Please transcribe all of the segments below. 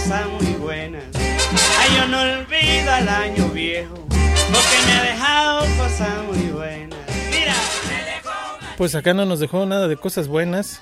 cosas muy buenas. Ay, yo no olvido al año viejo, porque me ha dejado cosas muy buenas. Mira, pues acá no nos dejó nada de cosas buenas.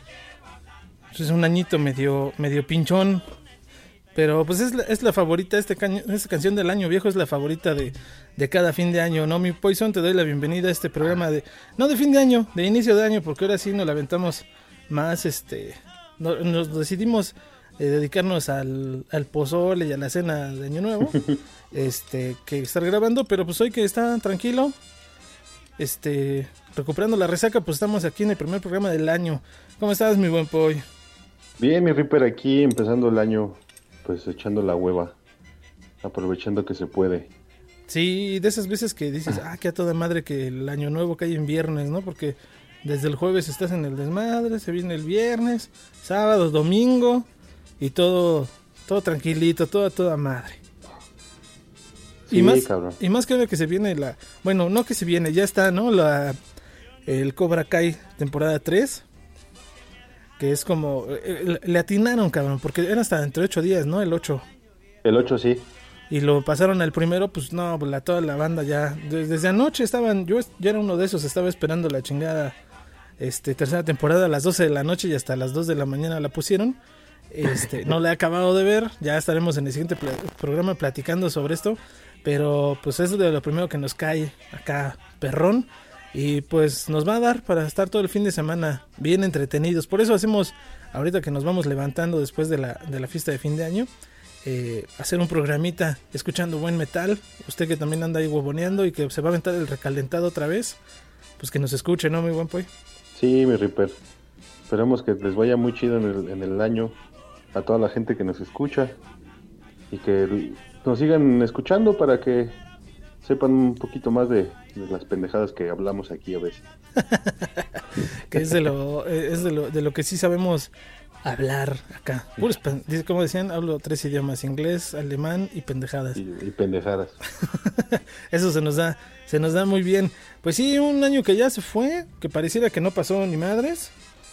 Es un añito medio pinchón. Pero pues es la favorita, esta canción del año viejo es la favorita de cada fin de año, ¿no? Mi Poison, te doy la bienvenida a este programa no de fin de año, de inicio de año, porque ahora sí nos la aventamos más, nos decidimos dedicarnos al pozole y a la cena de año nuevo, que estar grabando, pero pues hoy que está tranquilo, recuperando la resaca, pues estamos aquí en el primer programa del año. ¿Cómo estás, mi buen Poy? Bien, mi Ripper, aquí empezando el año, pues echando la hueva, aprovechando que se puede. Sí, de esas veces que dices, que a toda madre que el año nuevo cae en viernes, ¿no? Porque desde el jueves estás en el desmadre, se viene el viernes, sábado, domingo, y todo tranquilito, toda madre. Sí, y más que se viene bueno, no que se viene, ya está, ¿no? El Cobra Kai temporada 3, que es como, le atinaron, cabrón, porque era hasta dentro de 8 días, ¿no? El 8. El 8, sí. Y lo pasaron al primero, pues no, toda la banda ya, desde anoche yo era uno de esos, estaba esperando la chingada tercera temporada a las 12 de la noche y hasta las 2 de la mañana la pusieron. No la he acabado de ver, ya estaremos en el siguiente programa platicando sobre esto, pero pues es de lo primero que nos cae acá, perrón, y pues nos va a dar para estar todo el fin de semana bien entretenidos. Por eso hacemos, ahorita que nos vamos levantando después de la fiesta de fin de año, hacer un programita escuchando buen metal. Usted que también anda ahí huevoneando y que se va a aventar el recalentado otra vez, pues que nos escuche, ¿no, mi buen Poy? Sí, mi Ripper, esperemos que les vaya muy chido en el año a toda la gente que nos escucha y que nos sigan escuchando para que sepan un poquito más de las pendejadas que hablamos aquí a veces. Que es de lo que sí sabemos hablar acá. Como decían, hablo 3 idiomas: inglés, alemán y pendejadas. Y pendejadas. Eso se nos da muy bien. Pues sí, un año que ya se fue, que pareciera que no pasó ni madres.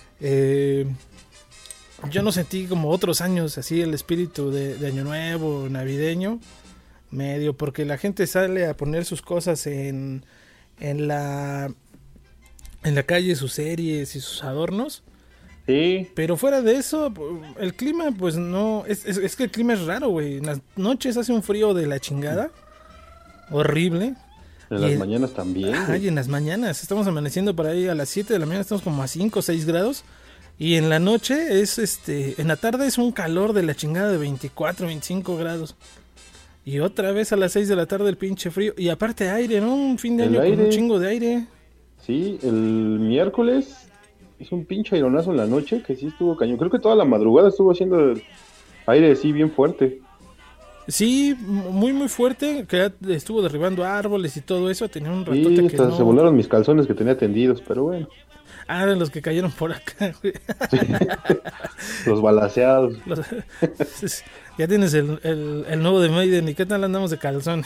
Yo no sentí como otros años así el espíritu de año nuevo, navideño, medio, porque la gente sale a poner sus cosas en la calle, sus series y sus adornos. Sí. Pero fuera de eso, el clima, pues no, es que el clima es raro, güey. En las noches hace un frío de la chingada, horrible. En las mañanas también. Ay, en las mañanas, estamos amaneciendo por ahí a las 7 de la mañana, estamos como a 5 o 6 grados. Y en la noche en la tarde es un calor de la chingada de 24, 25 grados. Y otra vez a las 6 de la tarde el pinche frío. Y aparte aire, ¿no? Un fin de año con un chingo de aire. Sí, el miércoles hizo un pinche aironazo en la noche que sí estuvo cañón. Creo que toda la madrugada estuvo haciendo aire así bien fuerte. Sí, muy muy fuerte, que estuvo derribando árboles y todo eso. Tenía un ratote sí, que no... se volaron mis calzones que tenía tendidos, pero bueno. De los que cayeron por acá, güey. Sí. Los balaceados. Ya tienes el nuevo de Maiden. ¿Y qué tal andamos de calzón?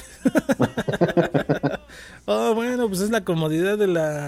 Bueno, pues es la comodidad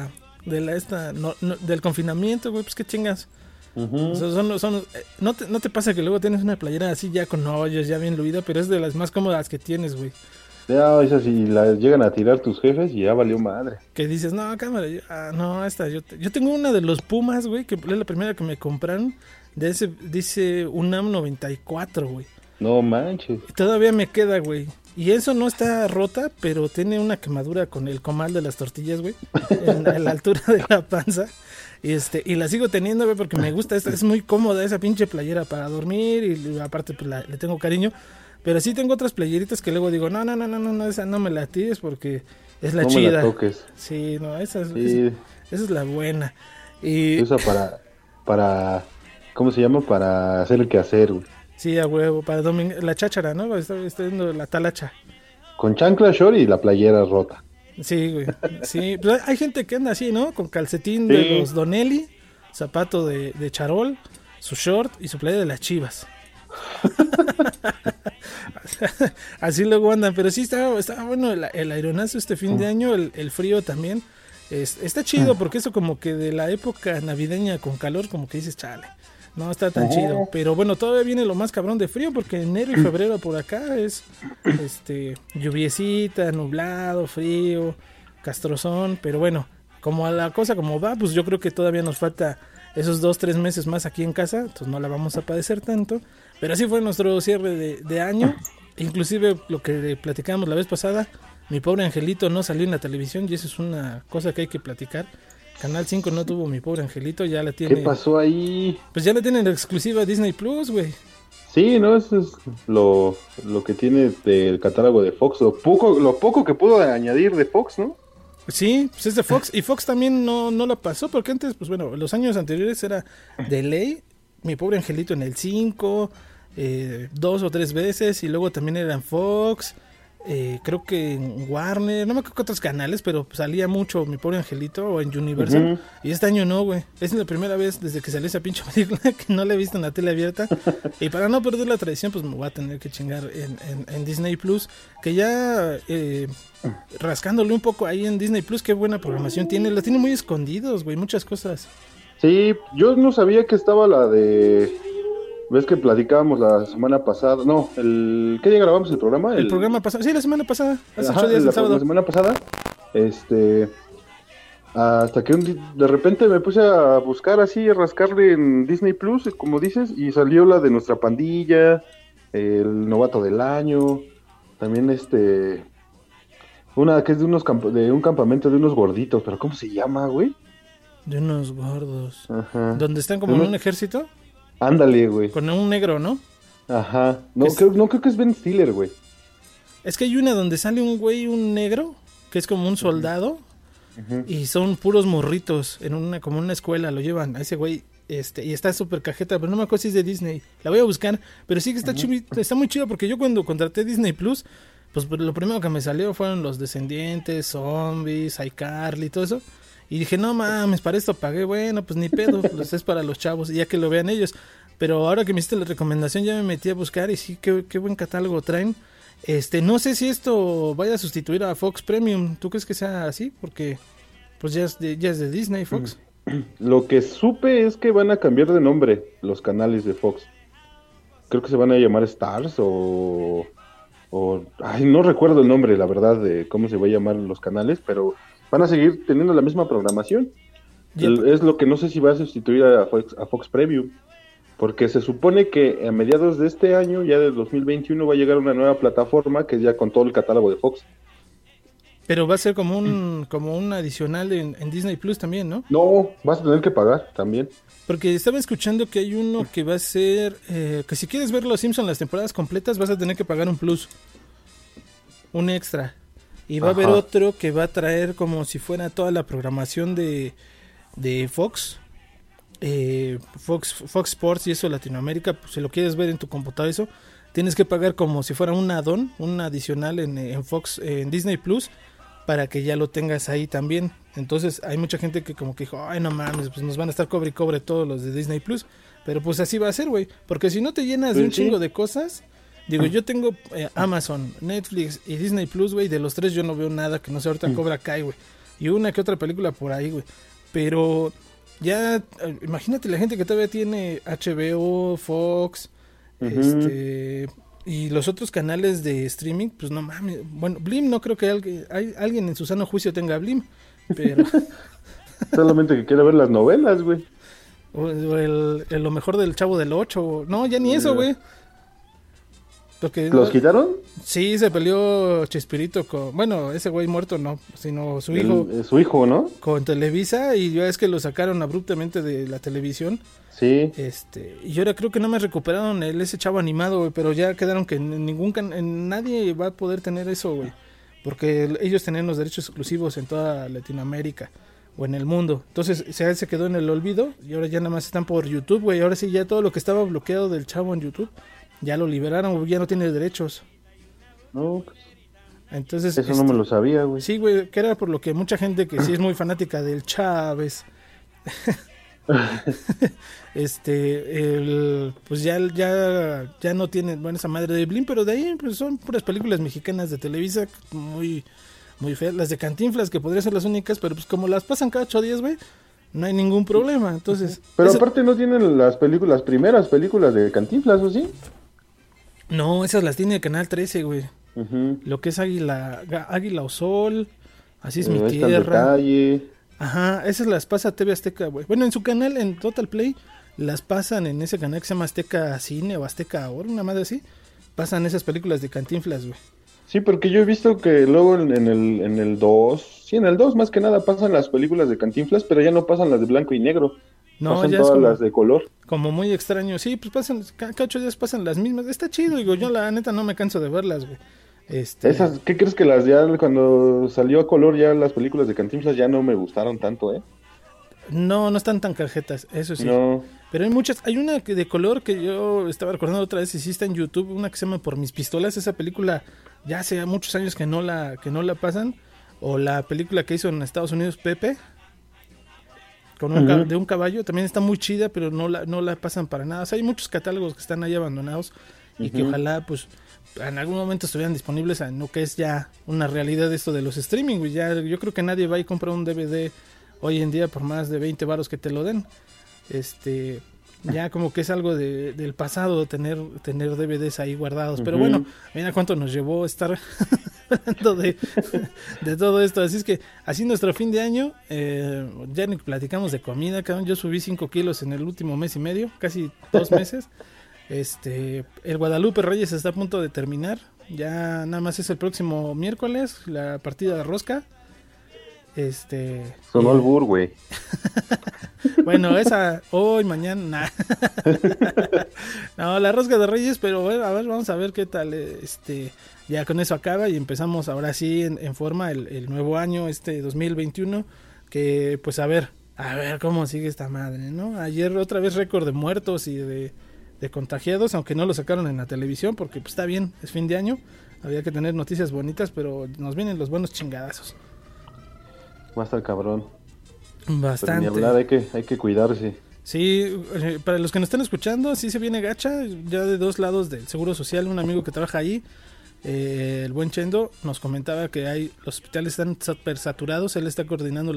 del confinamiento, güey. Pues qué chingas. Uh-huh. O sea, ¿no te pasa que luego tienes una playera así ya con hoyos, ya bien luida, pero es de las más cómodas que tienes, güey? Ya, esa si la llegan a tirar tus jefes y ya valió madre. Que dices, no, cámara, yo tengo una de los Pumas, güey, que es la primera que me compraron, dice UNAM 94, güey. No manches. Y todavía me queda, güey. Y eso no está rota, pero tiene una quemadura con el comal de las tortillas, güey, en la altura de la panza. Y la sigo teniendo, güey, porque me gusta, es muy cómoda esa pinche playera para dormir y aparte pues le tengo cariño. Pero sí tengo otras playeritas que luego digo, no, esa no me la tires porque es la chida. No me la toques. Sí, no, esa es la buena. Y usa para, ¿cómo se llama? Para hacer el quehacer, güey. Sí, a huevo, para la cháchara, ¿no? Está viendo la talacha. Con chancla short y la playera rota. Sí, güey. Sí, pues hay gente que anda así, ¿no? Con calcetín de los Donelli, zapato de charol, su short y su playera de las Chivas. Así luego andan, pero sí estaba bueno el aeronazo este fin de año, el frío también. Está chido porque eso como que de la época navideña con calor, como que dices, chale, No está tan chido, pero bueno, todavía viene lo más cabrón de frío porque enero y febrero por acá es lluviecita, nublado, frío, castrozón, pero bueno, como a la cosa como va, pues yo creo que todavía nos falta esos 2-3 meses más aquí en casa, entonces no la vamos a padecer tanto, pero así fue nuestro cierre de año, inclusive lo que platicábamos la vez pasada, Mi Pobre Angelito no salió en la televisión y eso es una cosa que hay que platicar. Canal 5 no tuvo Mi Pobre Angelito, ya la tiene. ¿Qué pasó ahí? Pues ya la tienen en exclusiva Disney Plus, güey. Sí, no, eso es lo que tiene del catálogo de Fox, lo poco que pudo añadir de Fox, ¿no? Sí, pues es de Fox, y Fox también no la pasó, porque antes, pues bueno, los años anteriores era de ley, Mi Pobre Angelito en el 5, 2 o 3 veces, y luego también eran Fox, creo que en Warner, no me acuerdo qué otros canales, pero salía mucho Mi Pobre Angelito o en Universal, y este año no, güey, es la primera vez desde que salió esa pinche película que no la he visto en la tele abierta, y para no perder la tradición, pues me voy a tener que chingar en Disney Plus, que ya rascándole un poco ahí en Disney Plus, qué buena programación tiene, la tiene muy escondidos, güey, muchas cosas. Sí, yo no sabía que estaba la de... ¿Ves que platicábamos la semana pasada? No, ¿qué día grabamos el programa? El programa pasado, sí, la semana pasada, hace 8 Ajá, días el sábado. La semana pasada, hasta que de repente me puse a buscar así, a rascarle en Disney Plus, como dices, y salió la de Nuestra Pandilla, el Novato del Año, también una que es de un campamento de unos gorditos, pero ¿cómo se llama, güey? De unos gordos. Ajá. ¿Donde están como en un ejército? Ándale, güey. Con un negro, ¿no? Ajá. No creo que es Ben Stiller, güey. Es que hay una donde sale un güey, un negro, que es como un soldado, y son puros morritos, como una escuela, lo llevan a ese güey, y está súper cajeta, pero no me acuerdo si es de Disney. La voy a buscar, pero sí que está muy chido, porque yo cuando contraté Disney Plus, pues lo primero que me salió fueron Los Descendientes, Zombies, iCarly, todo eso. Y dije, no mames, para esto pagué, bueno, pues ni pedo, pues es para los chavos, y ya que lo vean ellos. Pero ahora que me hiciste la recomendación ya me metí a buscar y sí, qué buen catálogo traen. No sé si esto vaya a sustituir a Fox Premium, ¿tú crees que sea así? Porque pues ya es de Disney, Fox. Lo que supe es que van a cambiar de nombre los canales de Fox. Creo que se van a llamar Stars o ay, no recuerdo el nombre, la verdad, de cómo se va a llamar los canales, pero van a seguir teniendo la misma programación. Es lo que no sé si va a sustituir a Fox Premium, porque se supone que a mediados de este año, ya del 2021, va a llegar una nueva plataforma que es ya con todo el catálogo de Fox. Pero va a ser como un adicional en Disney Plus también, ¿no? No, vas a tener que pagar también. Porque estaba escuchando que hay uno que va a ser, que si quieres ver Los Simpsons las temporadas completas vas a tener que pagar un plus, un extra. Y va a haber otro que va a traer como si fuera toda la programación de Fox, Fox Sports y eso, Latinoamérica. Pues, si lo quieres ver en tu computadora, eso tienes que pagar como si fuera un add-on, un adicional en Fox, en Disney Plus, para que ya lo tengas ahí también. Entonces hay mucha gente que como que dijo, ay no mames, pues nos van a estar cobre y cobre todos los de Disney Plus. Pero pues así va a ser, güey, porque si no te llenas de un chingo de cosas. Digo, yo tengo Amazon, Netflix y Disney Plus, güey. De los tres yo no veo nada que no sea ahorita Cobra Kai, güey. Y una que otra película por ahí, güey. Pero ya, imagínate la gente que todavía tiene HBO, Fox, y los otros canales de streaming, pues no mames. Bueno, Blim no creo que alguien en su sano juicio tenga Blim, pero... Solamente que quiere ver las novelas, güey. O lo mejor del Chavo del 8. No, ya ni eso, güey. Porque, ¿los quitaron? Sí, se peleó Chespirito con... Bueno, ese güey muerto no, sino su hijo. Su hijo, ¿no? Con Televisa, y ya es que lo sacaron abruptamente de la televisión. Sí. Y ahora creo que no me recuperaron ese Chavo animado, güey, pero ya quedaron que nadie va a poder tener eso, güey. Porque ellos tenían los derechos exclusivos en toda Latinoamérica o en el mundo. Entonces se quedó en el olvido y ahora ya nada más están por YouTube, güey. Ahora sí ya todo lo que estaba bloqueado del Chavo en YouTube ya lo liberaron, ya no tiene derechos. No, pues, entonces eso no me lo sabía, güey. Sí, güey, que era por lo que mucha gente que sí es muy fanática del Chávez pues ya no tiene, bueno, esa madre de Blim, pero de ahí pues son puras películas mexicanas de Televisa muy muy feas, las de Cantinflas que podrían ser las únicas, pero pues como las pasan cada 8 días, güey, no hay ningún problema. Entonces, pero aparte no tienen las primeras películas de Cantinflas, ¿o sí? No, esas las tiene Canal 13, güey. Uh-huh. Lo que es Águila o Sol, Así es mi Está tierra. el detalle. Ajá, esas las pasa TV Azteca, güey. Bueno, en su canal, en Total Play, las pasan en ese canal que se llama Azteca Cine o Azteca Ahora, una madre así. Pasan esas películas de Cantinflas, güey. Sí, porque yo he visto que luego en el 2, sí, en el 2 más que nada pasan las películas de Cantinflas, pero ya no pasan las de blanco y negro. No, pasan ya todas es como, las de color. como muy extraño. Sí, pues pasan, cada 8 días pasan las mismas. Está chido, digo, yo la neta no me canso de verlas, güey. Esas, ¿qué crees que las ya cuando salió a color ya las películas de Cantinflas ya no me gustaron tanto, eh? No, no están tan cajetas, eso sí. No. Pero hay muchas, hay una de color que yo estaba recordando otra vez y sí está en YouTube, una que se llama Por mis pistolas, esa película ya hace muchos años que no la pasan, o la película que hizo en Estados Unidos Pepe, con de un caballo, también está muy chida, pero no la pasan para nada. O sea, hay muchos catálogos que están ahí abandonados y que ojalá pues en algún momento estuvieran disponibles en lo que es ya una realidad esto de los streaming, güey. Ya yo creo que nadie va y compra un DVD hoy en día por más de 20 varos que te lo den. Ya como que es algo del pasado tener DVDs ahí guardados, pero bueno, mira cuánto nos llevó estar hablando de todo esto. Así es que así nuestro fin de año, ya ni platicamos de comida, cabrón. Yo subí 5 kilos en el último mes y medio, casi 2 meses. El Guadalupe Reyes está a punto de terminar, ya nada más es el próximo miércoles la partida de rosca. Sonó albur, güey. Bueno, esa hoy, mañana. No, la rosca de Reyes, pero bueno, a ver, vamos a ver qué tal. Ya con eso acaba y empezamos ahora sí en forma el nuevo año, 2021. Que pues a ver cómo sigue esta madre, ¿no? Ayer otra vez récord de muertos y de contagiados, aunque no lo sacaron en la televisión, porque pues está bien, es fin de año. Había que tener noticias bonitas, pero nos vienen los buenos chingadazos. Va a estar cabrón. Bastante. Pero ni hablar, hay que cuidarse. Sí, para los que nos están escuchando, sí se viene gacha, ya de dos lados del Seguro Social, un amigo que trabaja ahí, el buen Chendo, nos comentaba que los hospitales están súper saturados, él está coordinando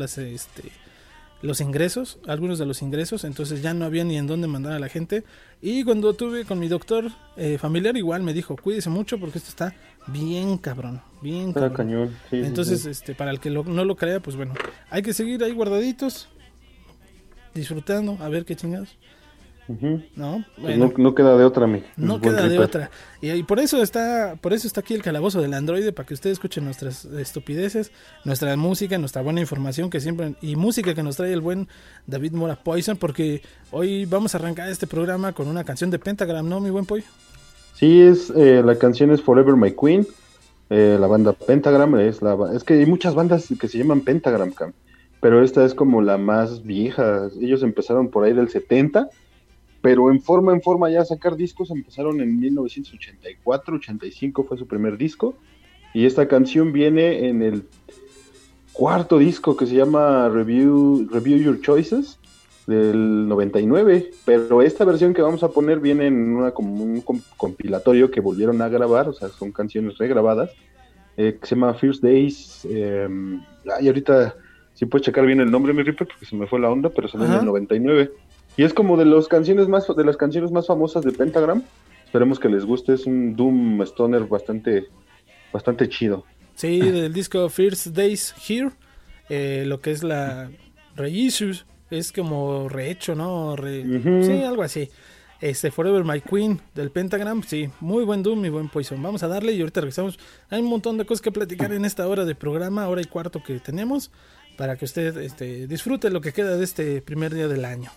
los ingresos, algunos de los ingresos, entonces ya no había ni en dónde mandar a la gente, y cuando tuve con mi doctor familiar igual me dijo, cuídese mucho porque esto está bien cabrón, bien cabrón. Cañón. Sí, entonces, sí. Para el que no lo crea, pues bueno, hay que seguir ahí guardaditos, disfrutando, a ver qué chingados. No, bueno, pues no queda de otra, no queda de otra. Y por eso está aquí el calabozo del androide, para que ustedes escuchen nuestras estupideces, nuestra música, nuestra buena información que siempre, y música que nos trae el buen David Mora Poison, porque hoy vamos a arrancar este programa con una canción de Pentagram, ¿no, mi buen Poy? Sí, la canción es Forever My Queen, la banda Pentagram, es que hay muchas bandas que se llaman Pentagram, pero esta es como la más vieja. Ellos empezaron por ahí del 70, pero en forma ya a sacar discos empezaron en 1984, 85 fue su primer disco, y esta canción viene en el cuarto disco que se llama Review Your Choices del 99, pero esta versión que vamos a poner viene en como un compilatorio que volvieron a grabar, o sea, son canciones regrabadas, que se llama First Days, y ahorita si puedes checar bien el nombre, mi Ripper, porque se me fue la onda, pero salió en el 99. Y es como de las canciones más famosas de Pentagram. Esperemos que les guste, es un doom stoner bastante chido. Sí, del disco First Days Here, lo que es la reissue, es como rehecho, ¿no? Sí, algo así. Forever My Queen del Pentagram, sí, muy buen doom y buen Poison. Vamos a darle y ahorita regresamos. Hay un montón de cosas que platicar en esta hora de programa, hora y cuarto que tenemos, para que usted disfrute lo que queda de este primer día del año.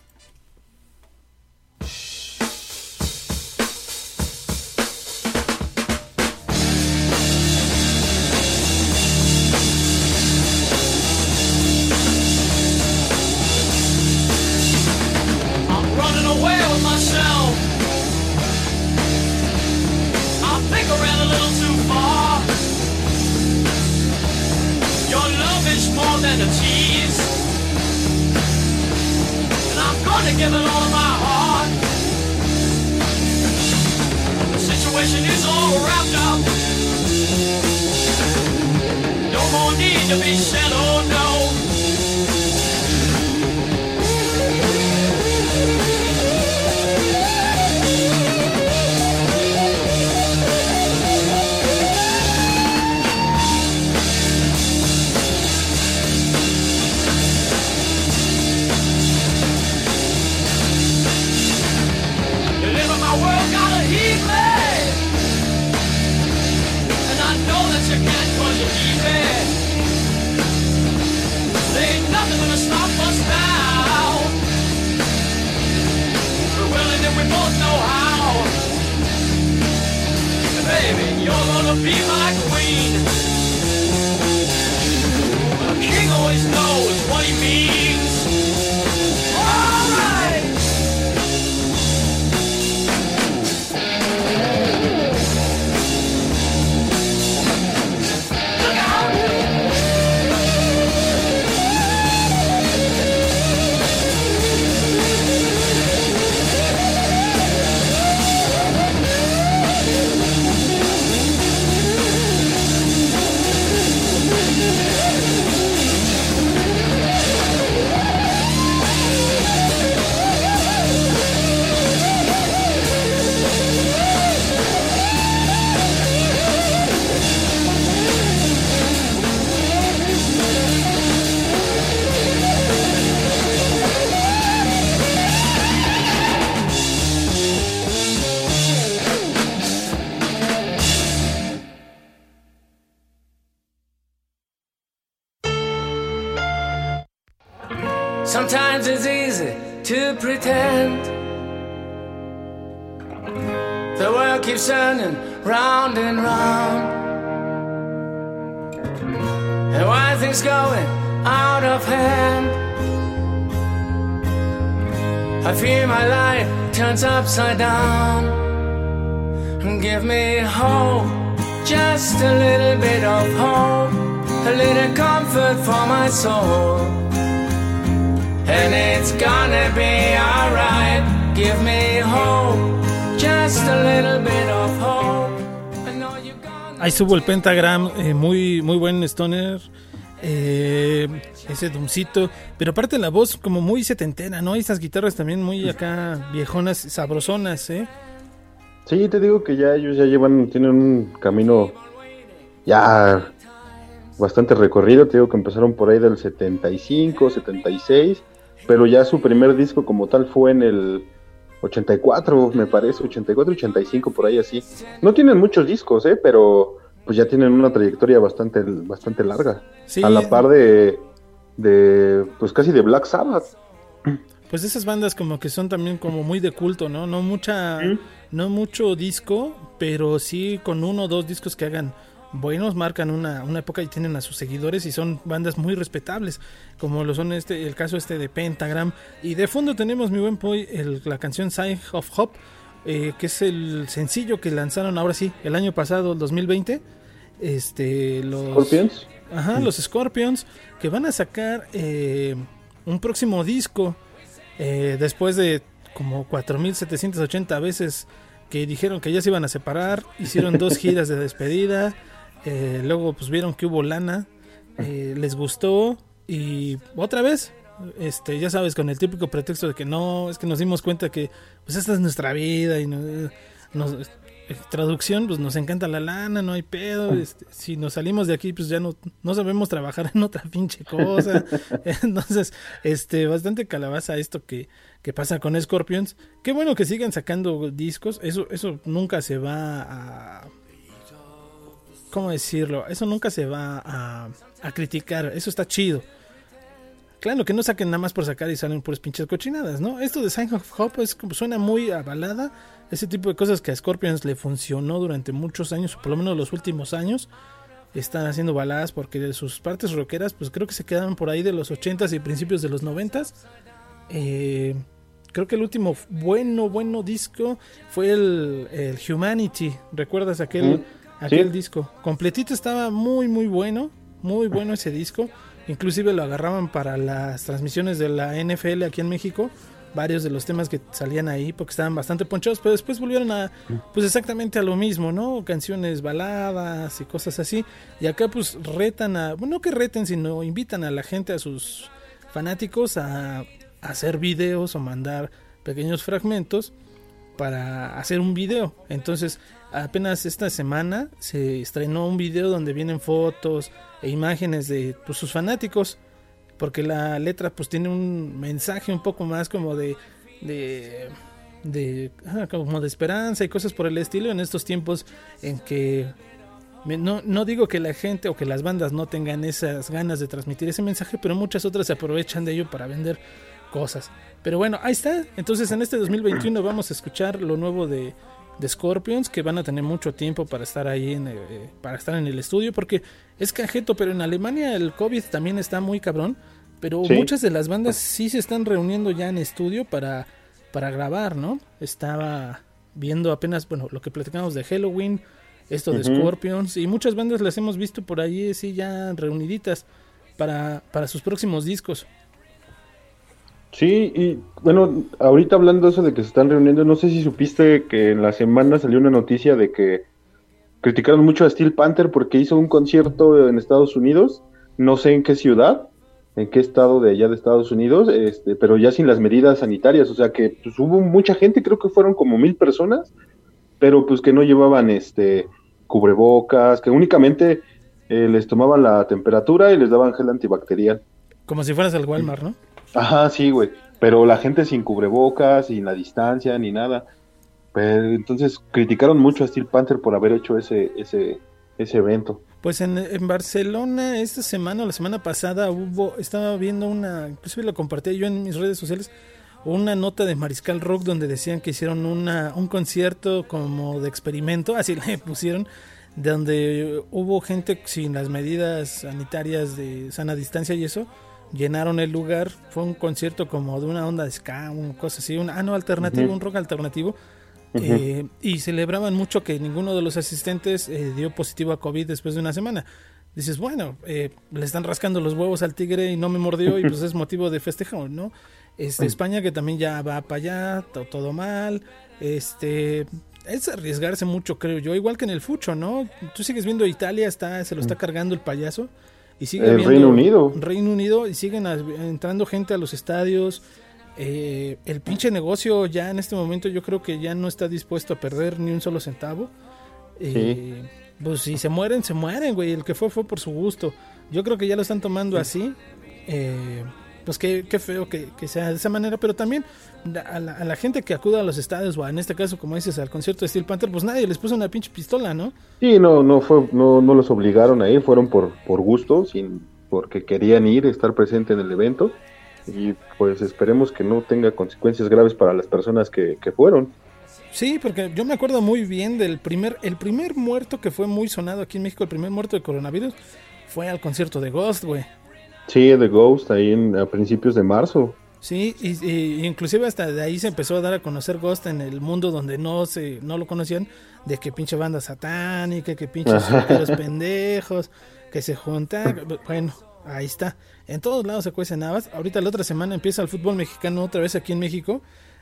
Give it all my heart. The situation is all wrapped up. No more need to be said, oh no. gonna be my queen. A king always knows what he means. All right. Look out! Sometimes it's easy to pretend. The world keeps turning round and round. And why things going out of hand? I fear my life turns upside down. Give me hope, just a little bit of hope, a little comfort for my soul. And it's gonna be alright. Give me hope, just a little bit of hope. I know you're gonna... Ahí subo el Pentagram, muy buen stoner, ese dumcito, pero aparte la voz como muy setentera, ¿no? Y esas guitarras también muy acá viejonas, sabrosonas, ¿eh? Sí, te digo que ya ellos ya tienen un camino ya bastante recorrido. Te digo que empezaron por ahí del 75, 76, pero ya su primer disco como tal fue en el 84, me parece, 84, 85, por ahí así. No tienen muchos discos, pero pues ya tienen una trayectoria bastante larga. Sí. A la par de pues casi de Black Sabbath. Pues esas bandas como que son también como muy de culto, ¿no? No mucho disco, pero sí con 1 o 2 discos que hagan buenos, marcan una época y tienen a sus seguidores y son bandas muy respetables, como lo son el caso de Pentagram. Y de fondo tenemos, mi buen Puy, la canción Sign of Hope, que es el sencillo que lanzaron ahora sí, el año pasado, el 2020. Los Scorpions. Ajá, los Scorpions, que van a sacar un próximo disco. Después de como 4,780 veces que dijeron que ya se iban a separar, hicieron 2 giras de despedida, luego pues vieron que hubo lana, les gustó y otra vez, ya sabes, con el típico pretexto de que no, es que nos dimos cuenta que pues esta es nuestra vida y traducción, pues nos encanta la lana, no hay pedo, si nos salimos de aquí pues ya no sabemos trabajar en otra pinche cosa. Entonces, bastante calabaza esto que pasa con Scorpions. Qué bueno que sigan sacando discos, eso nunca se va a... ¿Cómo decirlo? Eso nunca se va a criticar, eso está chido. Claro, que no saquen nada más por sacar y salen puras pinches cochinadas, ¿no? Esto de Sign of Hope suena muy a balada, ese tipo de cosas que a Scorpions le funcionó durante muchos años, o por lo menos los últimos años. Están haciendo baladas porque de sus partes rockeras, pues creo que se quedaron por ahí de los 80s y principios de los 90s. Creo que el último bueno disco fue el Humanity. ¿Recuerdas aquel disco? Completito, estaba muy bueno ese disco. Inclusive lo agarraban para las transmisiones de la NFL aquí en México, varios de los temas que salían ahí porque estaban bastante ponchados, pero después volvieron a pues exactamente a lo mismo, ¿no? Canciones baladas y cosas así. Y acá pues retan no que reten, sino invitan a la gente, a sus fanáticos a hacer videos o mandar pequeños fragmentos para hacer un video. Entonces, apenas esta semana se estrenó un video donde vienen fotos e imágenes de pues, sus fanáticos, porque la letra pues tiene un mensaje un poco más como como de esperanza y cosas por el estilo en estos tiempos en que no digo que la gente o que las bandas no tengan esas ganas de transmitir ese mensaje, pero muchas otras se aprovechan de ello para vender cosas. Pero bueno, ahí está. Entonces en este 2021 vamos a escuchar lo nuevo de Scorpions, que van a tener mucho tiempo para estar ahí, para estar en el estudio, porque es cajeto, pero en Alemania el COVID también está muy cabrón, pero Sí. muchas de las bandas sí se están reuniendo ya en estudio para grabar, ¿no? Estaba viendo apenas, bueno, lo que platicamos de Halloween, esto de Scorpions, y muchas bandas las hemos visto por ahí, sí, ya reuniditas para sus próximos discos. Sí, y bueno, ahorita hablando de eso de que se están reuniendo, no sé si supiste que en la semana salió una noticia de que criticaron mucho a Steel Panther porque hizo un concierto en Estados Unidos, no sé en qué ciudad, en qué estado de allá de Estados Unidos, pero ya sin las medidas sanitarias, o sea que pues, hubo mucha gente, creo que fueron como 1,000 personas, pero pues que no llevaban cubrebocas, que únicamente les tomaban la temperatura y les daban gel antibacterial. Como si fueras al Walmart, ¿no? Ajá, sí, güey, pero la gente sin cubrebocas, sin la distancia, ni nada. Pero entonces criticaron mucho a Steel Panther por haber hecho ese evento. Pues en Barcelona esta semana o la semana pasada estaba viendo inclusive lo compartí yo en mis redes sociales, una nota de Mariscal Rock donde decían que hicieron un concierto como de experimento, así le pusieron, donde hubo gente sin las medidas sanitarias de sana distancia y eso, llenaron el lugar, fue un concierto como de una onda de ska, una cosa así, alternativo, un rock alternativo. Y celebraban mucho que ninguno de los asistentes dio positivo a COVID después de una semana. Dices, bueno, le están rascando los huevos al tigre y no me mordió y pues es motivo de festejo, ¿no? España que también ya va para allá, todo mal, es arriesgarse mucho, creo yo, igual que en el fucho, ¿no? Tú sigues viendo Italia, se lo está cargando el payaso y sigue El Reino Unido y siguen entrando gente a los estadios. El pinche negocio ya en este momento yo creo que ya no está dispuesto a perder ni un solo centavo. Sí. Pues si se mueren, güey. El que fue por su gusto. Yo creo que ya lo están tomando así. Pues qué feo que sea de esa manera. Pero también a la gente que acuda a los estadios, o en este caso, como dices, al concierto de Steel Panther, pues nadie les puso una pinche pistola, ¿no? Sí, no los obligaron a ir, fueron por gusto, porque querían estar presente en el evento. Y pues esperemos que no tenga consecuencias graves para las personas que fueron. Sí, porque yo me acuerdo muy bien del primer muerto que fue muy sonado aquí en México, el primer muerto de coronavirus, fue al concierto de Ghost, güey. Sí, de Ghost, ahí a principios de marzo. Sí, y inclusive hasta de ahí se empezó a dar a conocer Ghost en el mundo donde no lo conocían, de que pinche banda satánica, que pinches rockeros pendejos, que se juntan, bueno, ahí está. En todos lados se cuecen habas. Ahorita la otra semana empieza el fútbol mexicano otra vez aquí en México.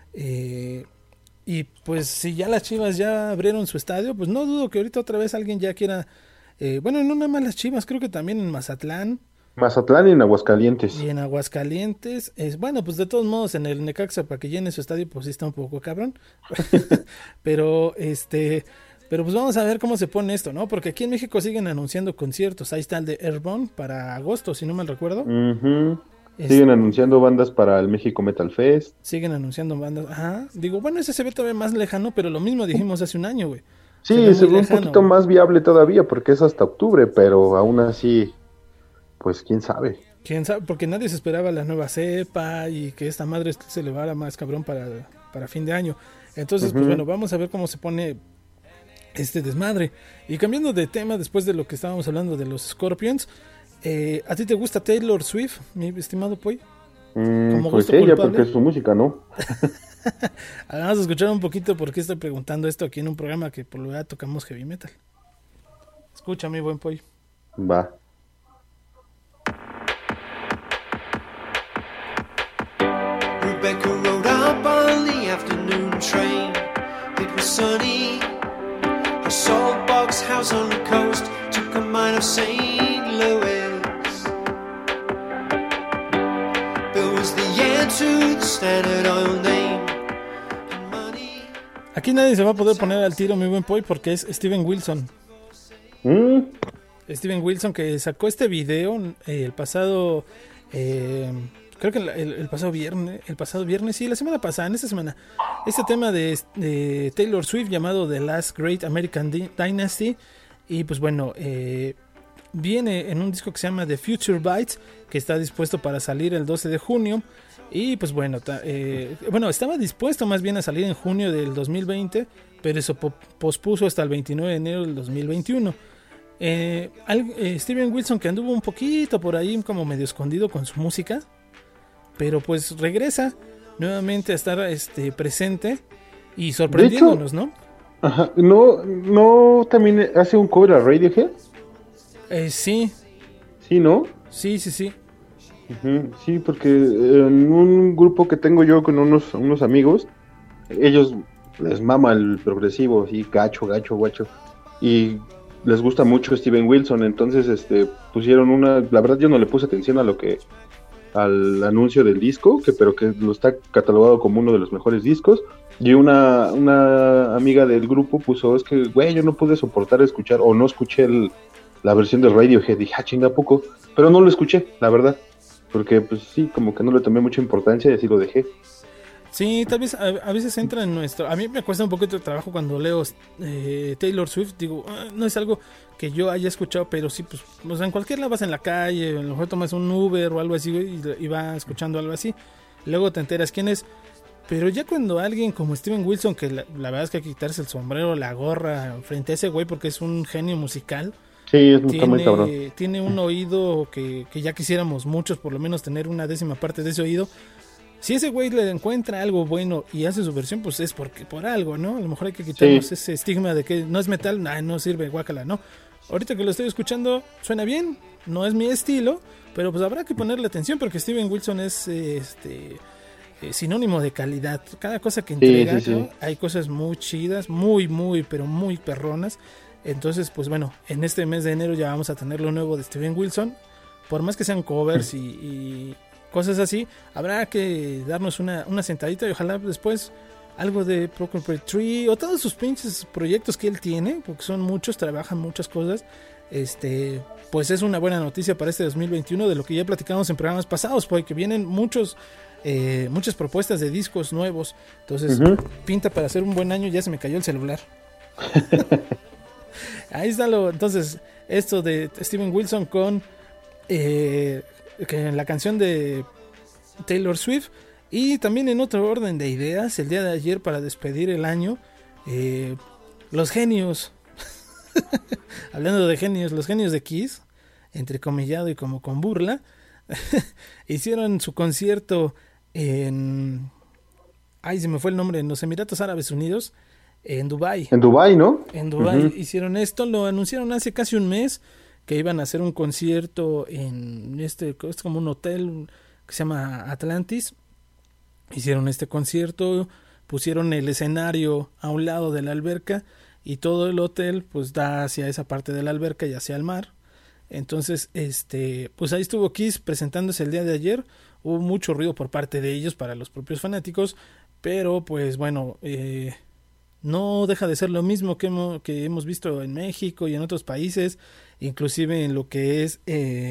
Y pues si ya las Chivas ya abrieron su estadio, pues no dudo que ahorita otra vez alguien ya quiera... bueno, no nada más las Chivas, creo que también en Mazatlán. Mazatlán y en Aguascalientes. Y en Aguascalientes. Bueno, pues de todos modos en el Necaxa para que llene su estadio, pues sí está un poco cabrón. Pero pues vamos a ver cómo se pone esto, ¿no? Porque aquí en México siguen anunciando conciertos. Ahí está el de Airborne para agosto, si no mal recuerdo. Siguen anunciando bandas para el México Metal Fest. Siguen anunciando bandas. Ajá. Digo, bueno, ese se ve todavía más lejano, pero lo mismo dijimos hace un año, güey. Sí, se ve un poquito más viable todavía porque es hasta octubre, pero aún así, pues quién sabe. Quién sabe, porque nadie se esperaba la nueva cepa y que esta madre se elevara más cabrón para fin de año. Entonces, pues bueno, vamos a ver cómo se pone este desmadre. Y cambiando de tema, después de lo que estábamos hablando de los Scorpions, ¿a ti te gusta Taylor Swift, mi estimado Poy? Pues ella, porque es su música, ¿no? Vamos a escuchar un poquito por qué estoy preguntando esto aquí en un programa que por lo general tocamos heavy metal. Escucha, mi buen Poy. Va. Rebecca rode up on the afternoon train. It was sunny. Her salt box house on the coast took a mine of St. Louis. Bill was the year to the Standard Oil name. And money. Aquí nadie se va a poder poner al tiro, mi buen Poy, porque es Steven Wilson. Steven Wilson, que sacó este video el pasado... creo que el pasado viernes, sí, la semana pasada, en esta semana, este tema de Taylor Swift llamado The Last Great American Dynasty. Y pues bueno, viene en un disco que se llama The Future Bites, que está dispuesto para salir el 12 de junio. Y pues bueno, estaba dispuesto más bien a salir en junio del 2020, pero eso pospuso hasta el 29 de enero del 2021. Steven Wilson, que anduvo un poquito por ahí como medio escondido con su música, pero pues regresa nuevamente a estar presente y sorprendiéndonos, ¿no? Ajá, ¿no también hace un cover a Radiohead? Sí. Sí, ¿no? Sí. Uh-huh. Sí, porque en un grupo que tengo yo con unos amigos, ellos les mama el progresivo, sí, gacho, guacho, y les gusta mucho Steven Wilson, entonces pusieron la verdad yo no le puse atención al anuncio del disco, pero que lo está catalogado como uno de los mejores discos, y una amiga del grupo puso, es que, güey, yo no pude soportar escuchar, o no escuché la versión de Radiohead, dije, chinga, poco, pero no lo escuché, la verdad, porque pues sí, como que no le tomé mucha importancia y así lo dejé. Sí, tal vez a veces entra en nuestro... A mí me cuesta un poquito de trabajo cuando leo Taylor Swift. Digo, no es algo que yo haya escuchado, pero sí, pues, o sea, en cualquier lado vas en la calle, a lo mejor tomas un Uber o algo así y vas escuchando algo así. Luego te enteras quién es. Pero ya cuando alguien como Steven Wilson, que la verdad es que hay que quitarse el sombrero, la gorra frente a ese güey porque es un genio musical. Sí, está muy cabrón. Tiene un oído que ya quisiéramos muchos, por lo menos tener una 10ª parte de ese oído. Si ese güey le encuentra algo bueno y hace su versión, pues es por algo, ¿no? A lo mejor hay que quitarnos ese estigma de que no es metal, no sirve, guácala, ¿no? Ahorita que lo estoy escuchando, suena bien, no es mi estilo, pero pues habrá que ponerle atención porque Steven Wilson es sinónimo de calidad. Cada cosa que entrega, sí. ¿no? Hay cosas muy chidas, muy, pero muy perronas. Entonces, pues bueno, en este mes de enero ya vamos a tener lo nuevo de Steven Wilson. Por más que sean covers y cosas así, habrá que darnos una sentadita y ojalá después algo de Procure Tree o todos sus pinches proyectos que él tiene, porque son muchos, trabajan muchas cosas. Pues es una buena noticia para este 2021 de lo que ya platicamos en programas pasados, porque vienen muchas propuestas de discos nuevos. Entonces, pinta para hacer un buen año. Ya se me cayó el celular. Ahí está entonces, esto de Steven Wilson con la canción de Taylor Swift. Y también en otro orden de ideas, el día de ayer para despedir el año, los genios hablando de genios, los genios de Kiss, entrecomillado y como con burla, hicieron su concierto se me fue el nombre, en los Emiratos Árabes Unidos, en Dubái. En Dubái, ¿no? En Dubái hicieron esto, lo anunciaron hace casi un mes, que iban a hacer un concierto en es como un hotel que se llama Atlantis. Hicieron este concierto, pusieron el escenario a un lado de la alberca y todo el hotel pues da hacia esa parte de la alberca y hacia el mar. Entonces, pues ahí estuvo Kiss presentándose el día de ayer. Hubo mucho ruido por parte de ellos para los propios fanáticos, pero pues bueno, no deja de ser lo mismo que hemos visto en México y en otros países, inclusive en lo que es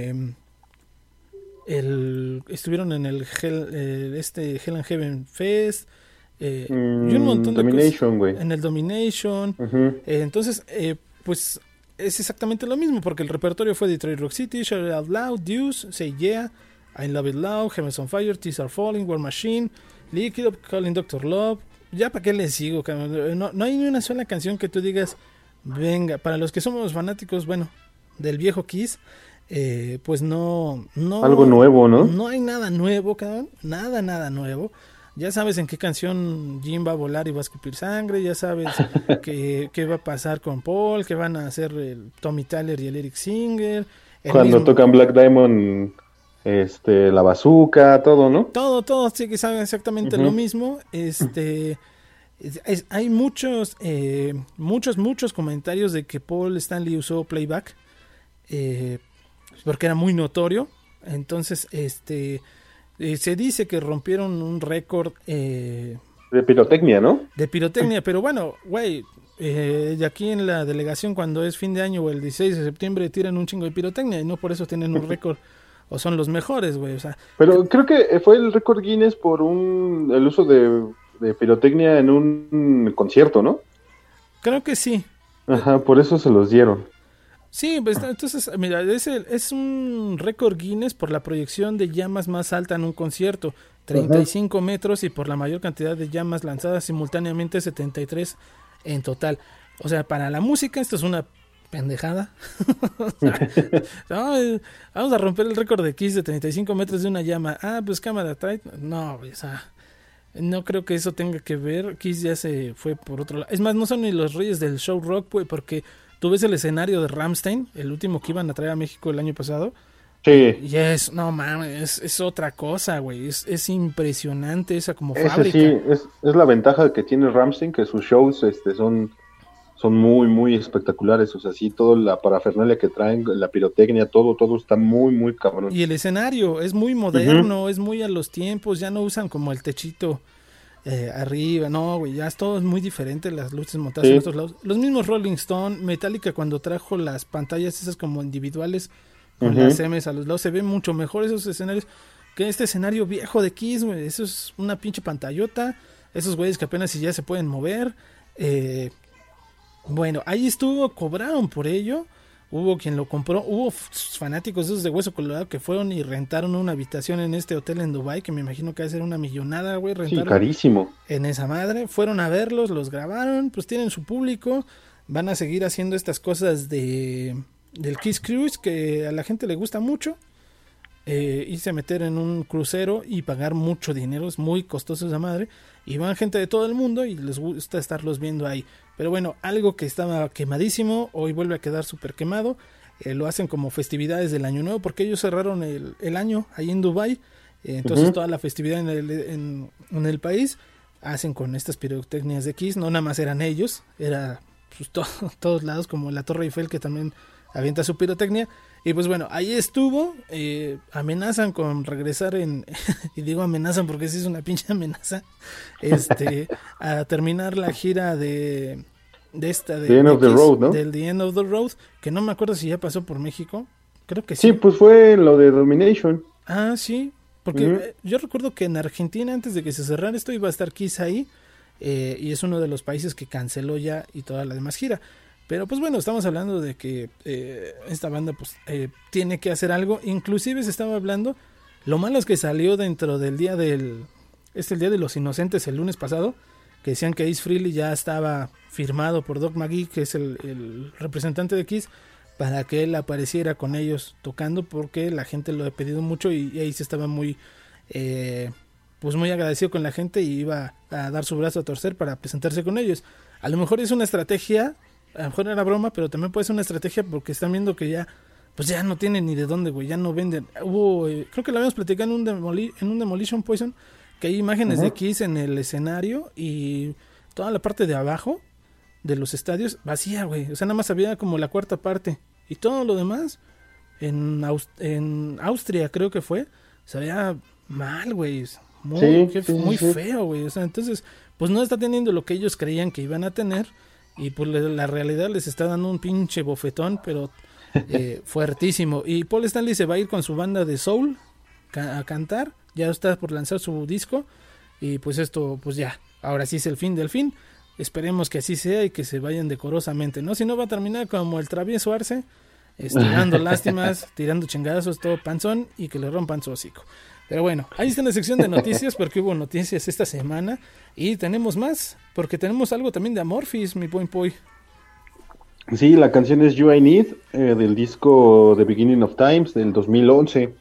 estuvieron en el Hell and Heaven Fest, y un montón de Domination, güey. En el Domination. Entonces, pues es exactamente lo mismo, porque el repertorio fue Detroit Rock City, Shout It Out Loud, Deuce, Say Yeah, I Love It Loud, Heavens on Fire, Tears Are Falling, War Machine, Liquid Up, Calling Dr. Love. Ya para qué les sigo, no hay ni una sola canción que tú digas, venga, para los que somos fanáticos, bueno, del viejo Kiss, pues no algo nuevo, ¿no? No hay nada nuevo, cabrón, nada nuevo. Ya sabes en qué canción Jim va a volar y va a escupir sangre, ya sabes qué va a pasar con Paul, que van a hacer el Tommy Tyler y el Eric Singer. Cuando tocan Black Diamond, la bazooka, todo, ¿no? Todo, sí que saben exactamente lo mismo. Hay muchos comentarios de que Paul Stanley usó playback, porque era muy notorio. Entonces, se dice que rompieron un récord de pirotecnia, ¿no? De pirotecnia, pero bueno, güey, y aquí en la delegación cuando es fin de año o el 16 de septiembre tiran un chingo de pirotecnia y no por eso tienen un récord o son los mejores, güey, o sea. Pero creo que fue el récord Guinness por el uso de pirotecnia en un concierto, ¿no? Creo que sí. Ajá, por eso se los dieron. Sí, pues entonces, mira, es un récord Guinness por la proyección de llamas más alta en un concierto, 35 metros, y por la mayor cantidad de llamas lanzadas simultáneamente, 73 en total. O sea, para la música esto es una pendejada. O sea, no, vamos a romper el récord de Kiss de 35 metros de una llama. Ah, pues cámara, trae. No, o sea, no creo que eso tenga que ver. Kiss ya se fue por otro lado. Es más, no son ni los reyes del show rock, pues, porque tú ves el escenario de Rammstein, el último que iban a traer a México el año pasado. Sí. Y no mames, es otra cosa, güey. Es impresionante esa como Ese fábrica. sí, es la ventaja que tiene Rammstein, que sus shows son muy, muy espectaculares. O sea, sí, toda la parafernalia que traen, la pirotecnia, todo está muy, muy cabrón. Y el escenario es muy moderno, es muy a los tiempos, ya no usan como el techito arriba, no, güey, ya es todo es muy diferente, las luces montadas en otros lados. Los mismos Rolling Stone, Metallica cuando trajo las pantallas esas como individuales con las M's a los lados, se ven mucho mejor esos escenarios que este escenario viejo de Kiss, güey. Eso es una pinche pantallota, esos güeyes que apenas si ya se pueden mover. Bueno, ahí estuvo, cobraron por ello. Hubo quien lo compró, hubo fanáticos esos de Hueso Colorado que fueron y rentaron una habitación en este hotel en Dubái, que me imagino que va a ser una millonada, güey, rentaron. Sí, carísimo. En esa madre, fueron a verlos, los grabaron, pues tienen su público, van a seguir haciendo estas cosas del Kiss Cruise, que a la gente le gusta mucho, irse a meter en un crucero y pagar mucho dinero, es muy costoso esa madre, y van gente de todo el mundo y les gusta estarlos viendo ahí. Pero bueno, algo que estaba quemadísimo, hoy vuelve a quedar súper quemado. Lo hacen como festividades del Año Nuevo, porque ellos cerraron el año ahí en Dubái. Entonces toda la festividad en el país hacen con estas pirotecnias de Kiss. No nada más eran ellos, era pues, todos lados, como la Torre Eiffel, que también avienta su pirotecnia. Y pues bueno, ahí estuvo. Amenazan con regresar y digo amenazan porque sí es una pinche amenaza, a terminar la gira de The End of the Road, ¿no? Del The End of the Road, que no me acuerdo si ya pasó por México. Creo que sí. Sí, pues fue lo de Domination. Ah, sí, porque yo recuerdo que en Argentina, antes de que se cerrara esto, iba a estar Kiss ahí, y es uno de los países que canceló ya y toda la demás gira. Pero pues bueno, estamos hablando de que esta banda pues tiene que hacer algo. Inclusive se estaba hablando, lo malo es que salió dentro del día el Día de los Inocentes, el lunes pasado, que decían que Ace Frehley ya estaba firmado por Doug McGhee, que es el representante de Kiss, para que él apareciera con ellos tocando, porque la gente lo ha pedido mucho y ahí se estaba muy pues muy agradecido con la gente y iba a dar su brazo a torcer para presentarse con ellos. A lo mejor es una estrategia, a lo mejor era broma, pero también puede ser una estrategia porque están viendo que ya pues ya no tienen ni de dónde, güey, ya no venden. Hubo, creo que lo habíamos platicado en un Demolition Poison, que hay imágenes de Kiss en el escenario y toda la parte de abajo de los estadios vacía, güey. O sea, nada más había como la cuarta parte y todo lo demás en Austria creo que fue, se veía mal, güey. Muy feo, güey. O sea, entonces, pues no está teniendo lo que ellos creían que iban a tener y pues la realidad les está dando un pinche bofetón, pero fuertísimo. Y Paul Stanley se va a ir con su banda de soul a cantar. Ya está por lanzar su disco y pues esto, pues ya, ahora sí es el fin del fin. Esperemos que así sea y que se vayan decorosamente, ¿no? Si no va a terminar como el travieso Arce, dando lástimas, tirando chingazos, todo panzón y que le rompan su hocico. Pero bueno, ahí está en la sección de noticias porque hubo noticias esta semana y tenemos más, porque tenemos algo también de Amorphis, mi buen Poi. Sí, la canción es You I Need, del disco The Beginning of Times del 2011.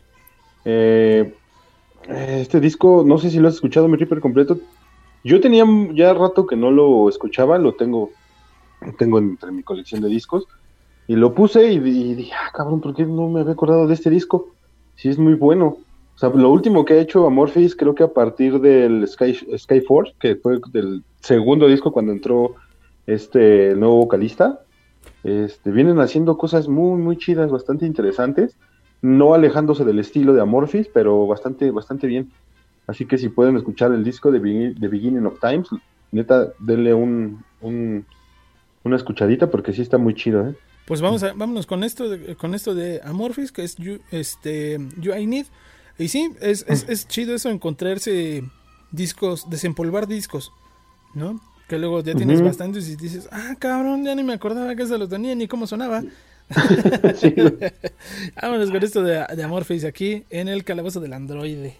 Este disco, no sé si lo has escuchado, mi Reaper completo. Yo tenía ya rato que no lo escuchaba, lo tengo entre mi colección de discos. Y lo puse y dije, cabrón, ¿por qué no me había acordado de este disco? Sí, es muy bueno. O sea, lo último que ha hecho Amorphis, creo que a partir del Skyforce, que fue del segundo disco cuando entró el nuevo vocalista, vienen haciendo cosas muy, muy chidas, bastante interesantes. No alejándose del estilo de Amorphis, pero bastante, bastante bien. Así que si pueden escuchar el disco de The Beginning of Times, neta, denle una escuchadita porque sí está muy chido, ¿eh? Pues vámonos con esto de Amorphis, que es You I Need. Y sí, es chido eso, encontrarse discos, desempolvar discos, ¿no? Que luego ya tienes bastantes y dices, cabrón, ya ni me acordaba que eso lo tenía ni cómo sonaba. Sí, güey. Vámonos con esto de Amorphis aquí en el calabozo del androide.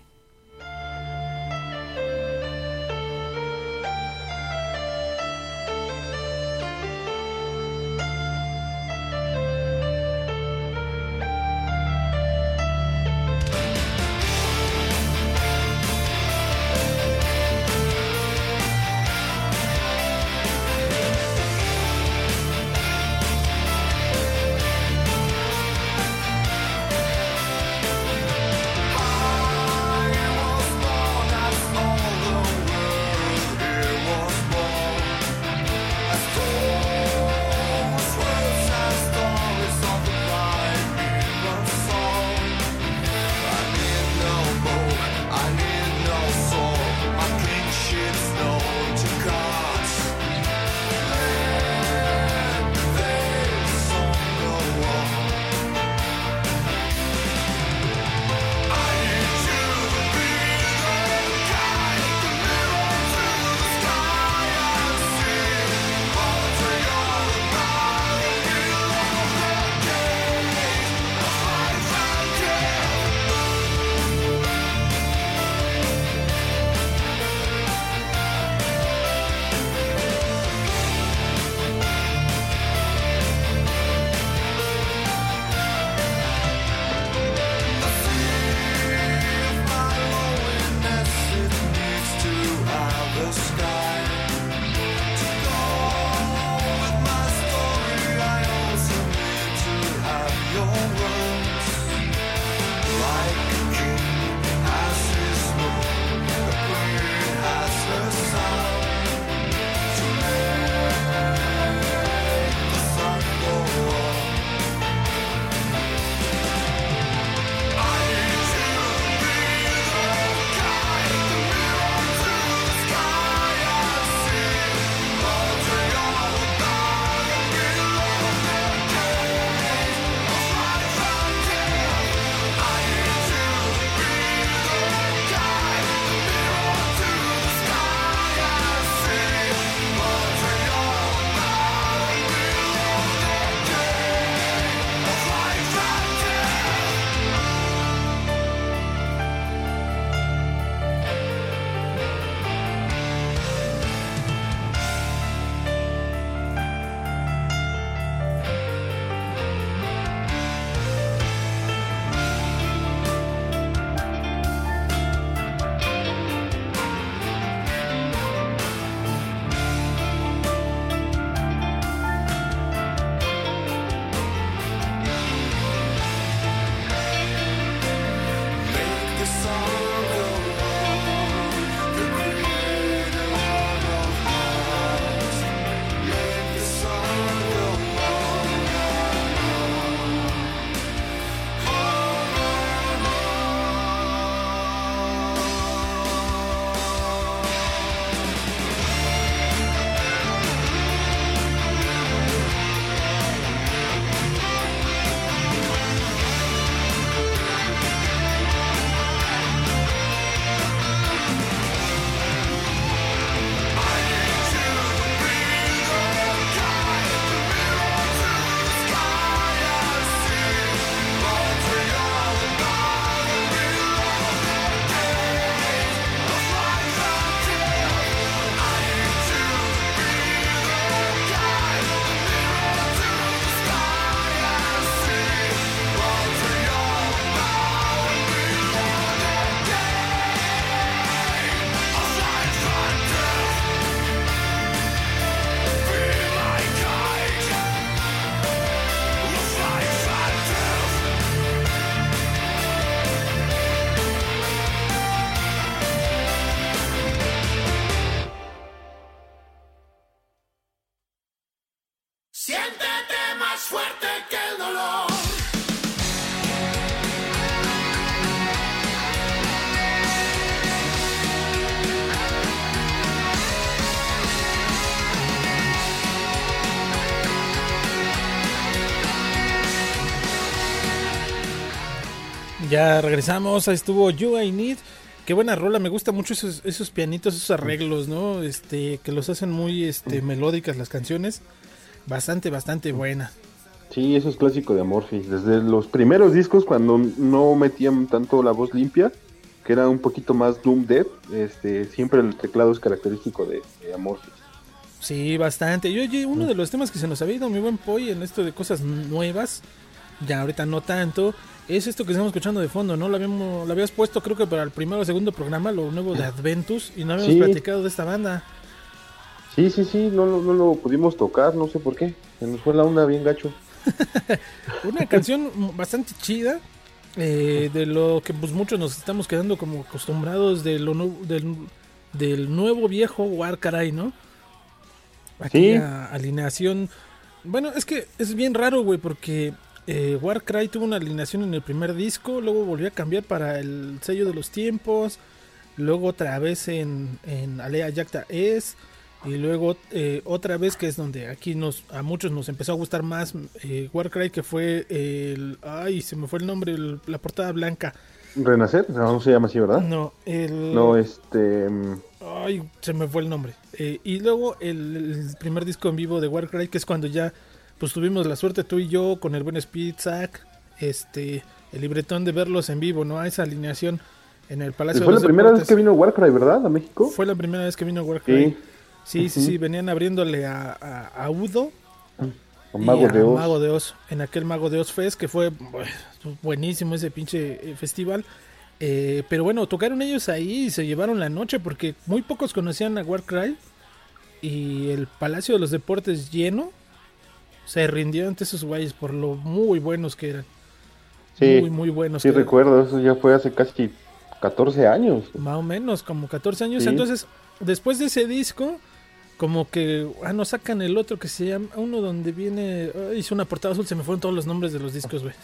Ya regresamos, ahí estuvo You I Need. Qué buena rola, me gusta mucho esos pianitos, esos arreglos, ¿no? Que los hacen muy melódicas las canciones. Bastante buena. Sí, eso es clásico de Amorphis. Desde los primeros discos, cuando no metían tanto la voz limpia, que era un poquito más doom death, siempre el teclado es característico de Amorphis. Sí, bastante. Y oye, uno de los temas que se nos ha ido, mi buen Poi, en esto de cosas nuevas, ya ahorita no tanto, es esto que estamos escuchando de fondo, ¿no? Lo habías puesto creo que para el primero o segundo programa, lo nuevo de Adventus, y no habíamos platicado de esta banda. Sí, no lo pudimos tocar, no sé por qué. Se nos fue la onda bien gacho. Una canción bastante chida, de lo que pues muchos nos estamos quedando como acostumbrados de del nuevo viejo Warcry, ¿no? Aquí alineación. Bueno, es que es bien raro, güey, porque Warcry tuvo una alineación en el primer disco, luego volvió a cambiar para el sello de los tiempos, luego otra vez en Alea Jacta Es, y luego otra vez, que es donde aquí a muchos nos empezó a gustar más Warcry, que fue se me fue el nombre, la portada blanca. ¿Renacer? No se llama así, ¿verdad? No, Ay, se me fue el nombre. Y luego el primer disco en vivo de Warcry, que es cuando ya pues tuvimos la suerte tú y yo con el buen Speed Zack, el libretón de verlos en vivo, ¿no? A esa alineación en el Palacio de los Deportes. Fue la primera vez que vino Warcry, ¿verdad? ¿A México? Fue la primera vez que vino Warcry. Sí, venían abriéndole a Udo. A Mago de Oz. En aquel Mago de Oz Fest, que fue buenísimo ese pinche festival. Pero bueno, tocaron ellos ahí y se llevaron la noche, porque muy pocos conocían a Warcry, y el Palacio de los Deportes lleno se rindió ante esos güeyes por lo muy buenos que eran. Sí, muy buenos. Sí, recuerdo, eso ya fue hace casi 14 años. Más o menos, como 14 años. Sí. Entonces, después de ese disco, como que nos sacan el otro que se llama, uno donde viene, hizo una portada azul, se me fueron todos los nombres de los discos, güey.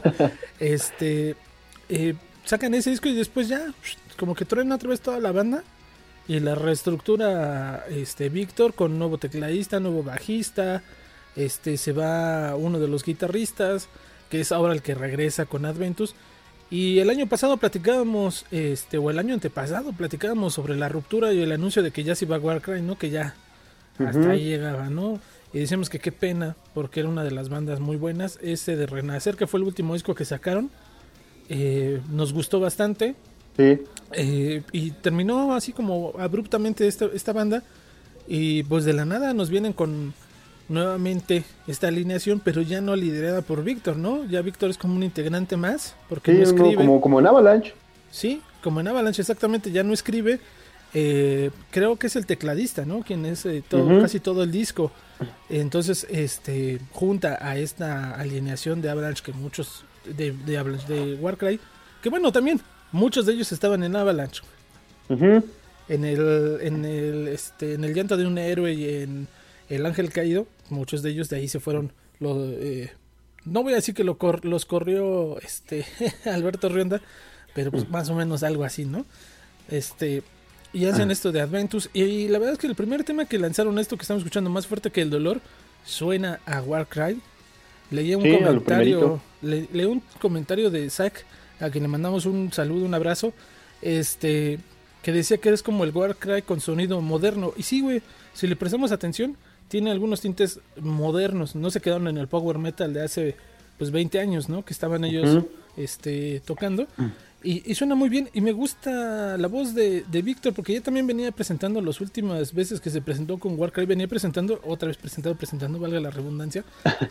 Sacan ese disco y después ya como que traen otra vez toda la banda y la reestructura Víctor con nuevo tecladista, nuevo bajista, se va uno de los guitarristas, que es ahora el que regresa con Adventus. Y el año pasado platicábamos, o el año antepasado platicábamos sobre la ruptura y el anuncio de que ya se iba a Warcry, ¿no? Que ya hasta ahí llegaba, ¿no? Y decíamos que qué pena, porque era una de las bandas muy buenas. Ese de Renacer, que fue el último disco que sacaron, nos gustó bastante. Sí. Y terminó así como abruptamente esta banda, y pues de la nada nos vienen con nuevamente esta alineación, pero ya no liderada por Víctor, ¿no? Ya Víctor es como un integrante más, porque no escribe. Como en Avalanche. Sí, como en Avalanche, exactamente, ya no escribe. Creo que es el tecladista, ¿no? Quien es casi todo el disco. Entonces, junta a esta alineación de Avalanche, que muchos de Avalanche, de Warcry, que bueno, también muchos de ellos estaban en Avalanche. En el llanto de un héroe y en El Ángel Caído, muchos de ellos de ahí se fueron. No voy a decir que los corrió Alberto Rionda, pero pues más o menos algo así, ¿no? Y hacen esto de Adventus, y la verdad es que el primer tema que lanzaron, esto que estamos escuchando, Más Fuerte que el Dolor, suena a Warcry. Leí un comentario de Zack, a quien le mandamos un saludo, un abrazo, que decía que es como el Warcry con sonido moderno. Y sí, güey, si le prestamos atención, tiene algunos tintes modernos, no se quedaron en el power metal de hace pues 20 años, ¿no? Que estaban ellos tocando. Y suena muy bien, y me gusta la voz de Víctor, porque ya también venía presentando las últimas veces que se presentó con Warcry, venía presentando, valga la redundancia,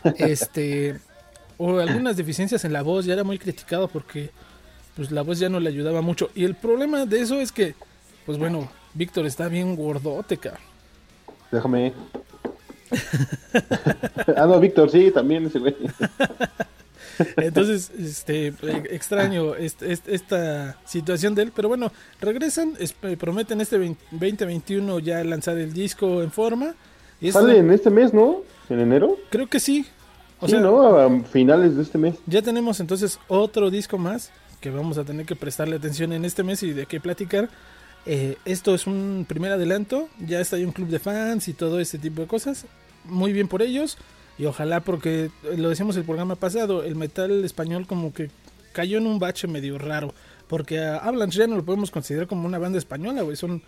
o algunas deficiencias en la voz, ya era muy criticado porque pues la voz ya no le ayudaba mucho, y el problema de eso es que, pues bueno, Víctor está bien gordote, cabrón. Déjame. No, Víctor, sí, también ese güey. Entonces, extraño esta situación de él, pero bueno, regresan, prometen 2021 ya lanzar el disco en forma. Sale en este mes, ¿no? ¿En enero? Creo que sí. ¿No? A finales de este mes. Ya tenemos entonces otro disco más que vamos a tener que prestarle atención en este mes y de qué platicar. Esto es un primer adelanto, ya está ahí un club de fans y todo ese tipo de cosas. Muy bien por ellos. Y ojalá, porque lo decíamos el programa pasado, el metal español como que cayó en un bache medio raro, porque a Avalanche ya no lo podemos considerar como una banda española, güey, son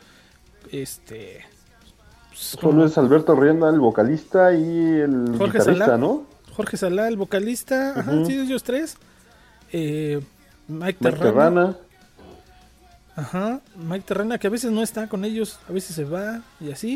solo es Alberto Rionda, el vocalista, y el Jorge guitarrista, Salá, ¿no? Jorge Salá, el vocalista. Ajá, sí, ellos tres. Mike Terrana. Ajá, Mike Terrana, que a veces no está con ellos, a veces se va y así.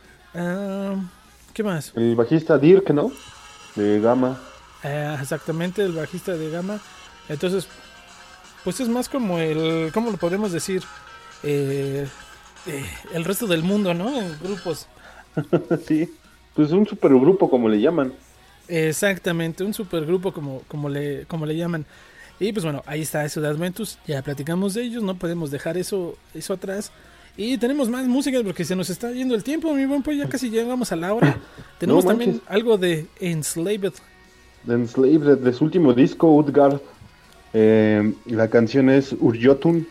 ¿Qué más? El bajista Dirk, ¿no? De Gama. Exactamente, el bajista de Gama. Entonces, pues es más como el, ¿cómo lo podemos decir? El resto del mundo, ¿no? En grupos. Sí, pues un supergrupo como le llaman. Exactamente, un supergrupo como le llaman. Y pues bueno, ahí está eso de Adventus. Ya platicamos de ellos, no podemos dejar eso atrás. Y tenemos más música porque se nos está yendo el tiempo, mi buen, pues ya casi llegamos a la hora. Tenemos también algo de Enslaved. De Enslaved, de su último disco, Utgard. La canción es Urjotun.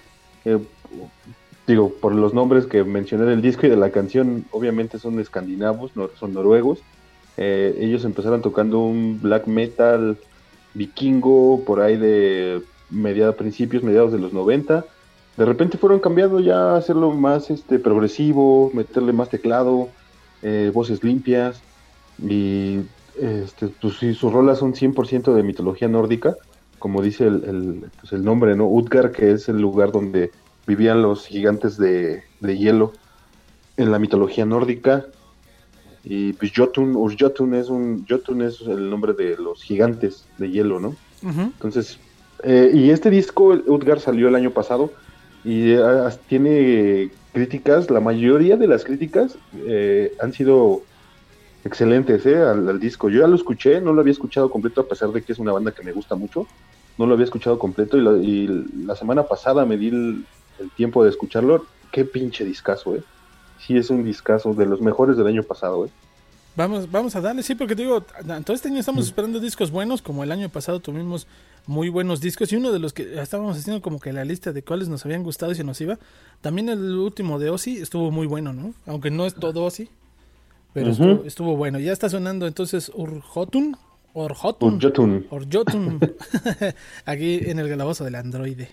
Digo, por los nombres que mencioné del disco y de la canción, obviamente son escandinavos, son noruegos. Ellos empezaron tocando un black metal vikingo por ahí de mediados de los 90. De repente fueron cambiando ya a hacerlo más progresivo, meterle más teclado, voces limpias y pues sí, sus rolas son 100% de mitología nórdica, como dice pues el nombre, ¿no? Utgard, que es el lugar donde vivían los gigantes de hielo en la mitología nórdica. Y pues Jotun es el nombre de los gigantes de hielo, ¿no? Uh-huh. Entonces, y este disco, Utgard, salió el año pasado y tiene críticas, la mayoría de las críticas han sido excelentes al disco. Yo ya lo escuché, no lo había escuchado completo a pesar de que es una banda que me gusta mucho, no lo había escuchado completo y la semana pasada me di el tiempo de escucharlo. Qué pinche discazo, Sí, es un discazo de los mejores del año pasado, Vamos a darle, sí, porque te digo, todo este año estamos esperando discos buenos, como el año pasado tuvimos muy buenos discos, y uno de los que estábamos haciendo como que la lista de cuáles nos habían gustado y se nos iba, también el último de Ozzy estuvo muy bueno, ¿no? Aunque no es todo Ozzy, pero estuvo bueno. Ya está sonando entonces Urjotun, aquí en el Galabozo del Androide.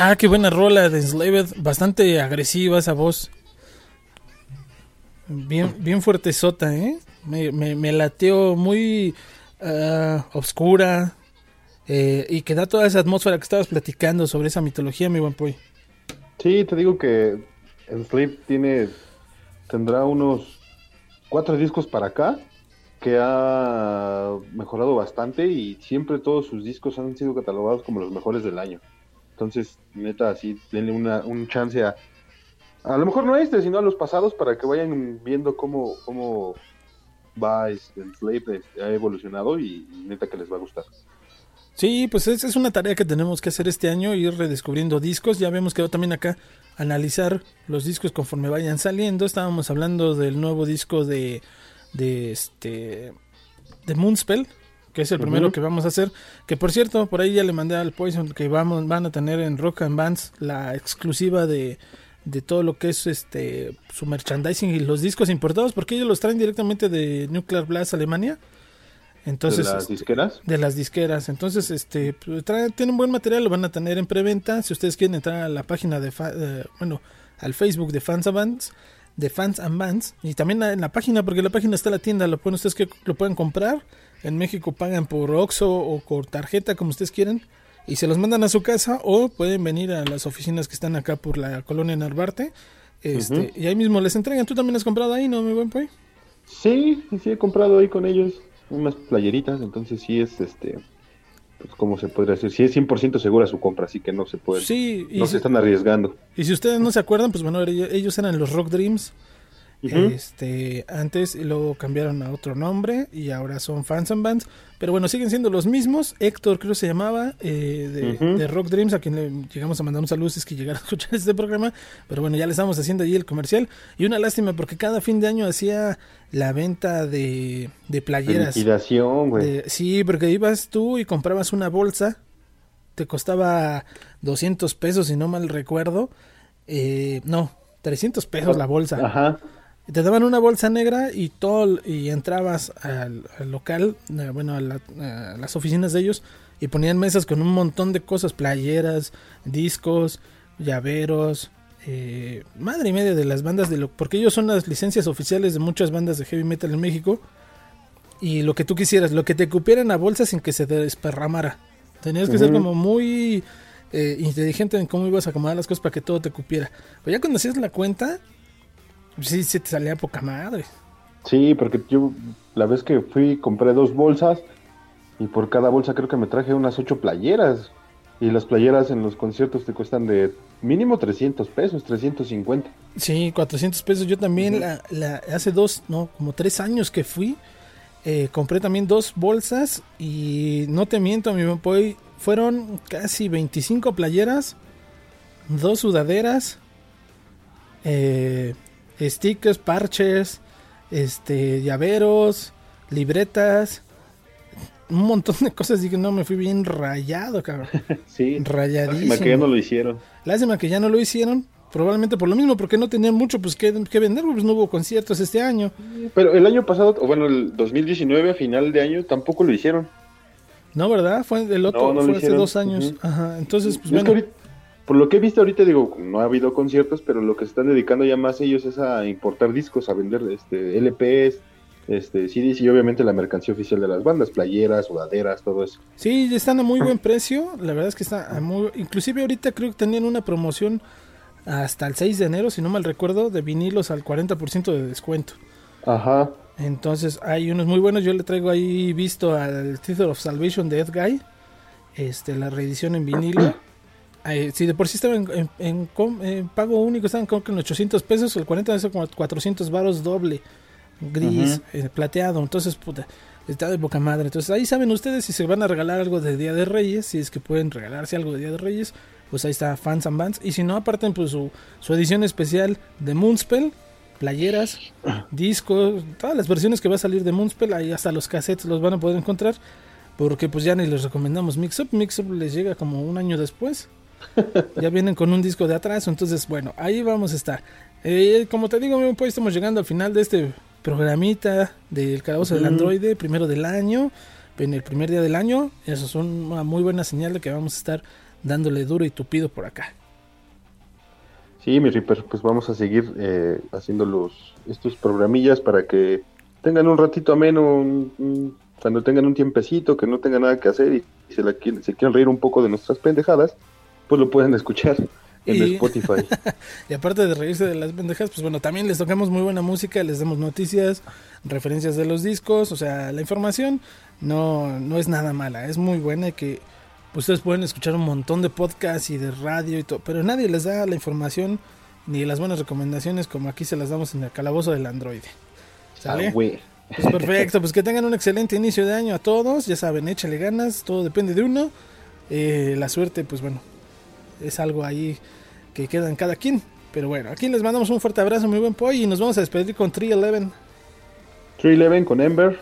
Ah, qué buena rola de Enslaved, bastante agresiva esa voz. Bien fuertezota, ¿eh? Me lateó muy obscura y que da toda esa atmósfera que estabas platicando sobre esa mitología, mi buen Puy. Sí, te digo que Enslaved tendrá unos 4 discos para acá, que ha mejorado bastante y siempre todos sus discos han sido catalogados como los mejores del año. Entonces, neta, así, denle un chance a lo mejor no sino a los pasados para que vayan viendo cómo va Enslaved, ha evolucionado y neta que les va a gustar. Sí, pues es una tarea que tenemos que hacer este año, ir redescubriendo discos. Ya habíamos quedado también acá analizar los discos conforme vayan saliendo. Estábamos hablando del nuevo disco de Moonspell, que es el primero que vamos a hacer, que por cierto, por ahí ya le mandé al Poison que van a tener en Rock and Bands la exclusiva de todo lo que es su merchandising y los discos importados, porque ellos los traen directamente de Nuclear Blast Alemania. Entonces, ¿de las disqueras? De las disqueras. Entonces, tienen buen material, lo van a tener en preventa. Si ustedes quieren entrar a la página al Facebook de Fans and Bands, y también en la página, porque en la página está la tienda, lo pueden ustedes que lo pueden comprar. En México pagan por Oxxo o por tarjeta, como ustedes quieran, y se los mandan a su casa, o pueden venir a las oficinas que están acá por la colonia Narvarte, y ahí mismo les entregan. ¿Tú también has comprado ahí, no, mi buen Puy? Sí, he comprado ahí con ellos unas playeritas, entonces sí es pues ¿cómo se podría decir? Sí es 100% segura su compra, así que no se puede, sí, no se están arriesgando. Y si ustedes no se acuerdan, pues bueno, ellos eran los Rock Dreams, antes, y luego cambiaron a otro nombre y ahora son Fans and Bands, pero bueno, siguen siendo los mismos. Héctor creo se llamaba, de Rock Dreams, a quien le llegamos a mandar un saludo si es que llegara a escuchar este programa, pero bueno, ya le estamos haciendo ahí el comercial, y una lástima porque cada fin de año hacía la venta de playeras. Liquidación, güey. Sí, porque ibas tú y comprabas una bolsa, te costaba 200 pesos si no mal recuerdo, no, 300 pesos la bolsa. Ajá. Te daban una bolsa negra y entrabas al local, a las oficinas de ellos, y ponían mesas con un montón de cosas, playeras, discos, llaveros, madre y media de las bandas, porque ellos son las licencias oficiales de muchas bandas de heavy metal en México, y lo que tú quisieras, lo que te cupieran a bolsa sin que se desparramara. Tenías que ser como muy inteligente en cómo ibas a acomodar las cosas para que todo te cupiera. Pero ya cuando hacías la cuenta, sí se te salía poca madre. Sí, porque yo la vez que fui compré 2 bolsas y por cada bolsa creo que me traje unas 8 playeras. Y las playeras en los conciertos te cuestan de mínimo 300 pesos, 350. Sí, 400 pesos. Yo también hace como 3 años que fui, compré también 2 bolsas y no te miento, mi boy, fueron casi 25 playeras, 2 sudaderas, stickers, parches, llaveros, libretas, un montón de cosas. Y que no, me fui bien rayado, cabrón. Sí, rayadísimo. Lástima que ya no lo hicieron. Lástima que ya no lo hicieron, probablemente por lo mismo, porque no tenían mucho pues que vender, pues no hubo conciertos este año. Pero el año pasado, o bueno, el 2019 a final de año tampoco lo hicieron. No, ¿verdad? Fue el otro, no fue hace hicieron. 2 años. Ajá, entonces pues bueno. Por lo que he visto ahorita, digo, no ha habido conciertos, pero lo que se están dedicando ya más ellos es a importar discos, a vender LPs, CDs y obviamente la mercancía oficial de las bandas, playeras, sudaderas, todo eso. Sí, están a muy buen precio, la verdad es que está inclusive ahorita creo que tenían una promoción hasta el 6 de enero, si no mal recuerdo, de vinilos al 40% de descuento. Ajá. Entonces hay unos muy buenos. Yo le traigo ahí visto al Theater of Salvation de Ed Guy, la reedición en vinilo. Si de por sí estaba en pago único, estaban como que en 800 pesos, el 40 es como 400 varos doble, gris, plateado. Entonces, puta, está de poca madre. Entonces ahí saben ustedes si se van a regalar algo de Día de Reyes, si es que pueden regalarse algo de Día de Reyes, pues ahí está Fans and Bands. Y si no, aparten pues su edición especial de Moonspell, playeras, discos, todas las versiones que va a salir de Moonspell, ahí hasta los cassettes los van a poder encontrar, porque pues ya ni les recomendamos Mix Up les llega como un año después. Ya vienen con un disco de atraso. Entonces bueno, ahí vamos a estar. Como te digo, pues estamos llegando al final de este programita del Calabozo del Androide, primero del año, en el primer día del año. Eso es una muy buena señal de que vamos a estar dándole duro y tupido por acá. Sí, mi Ripper, pues vamos a seguir haciendo estos programillas para que tengan un ratito ameno, cuando tengan un tiempecito, que no tengan nada que hacer y se quieren reír un poco de nuestras pendejadas, pues lo pueden escuchar en Spotify. Y aparte de reírse de las pendejadas, pues bueno, también les tocamos muy buena música, les damos noticias, referencias de los discos, o sea, la información no es nada mala, es muy buena y que pues, ustedes pueden escuchar un montón de podcasts y de radio y todo, pero nadie les da la información ni las buenas recomendaciones como aquí se las damos en el calabozo del androide. ¿Sale? Pues perfecto, pues que tengan un excelente inicio de año a todos, ya saben, échale ganas, todo depende de uno, la suerte, pues bueno, es algo ahí que queda en cada quien, pero bueno, aquí les mandamos un fuerte abrazo, muy buen Poy, y nos vamos a despedir con 311. 311 con Ember.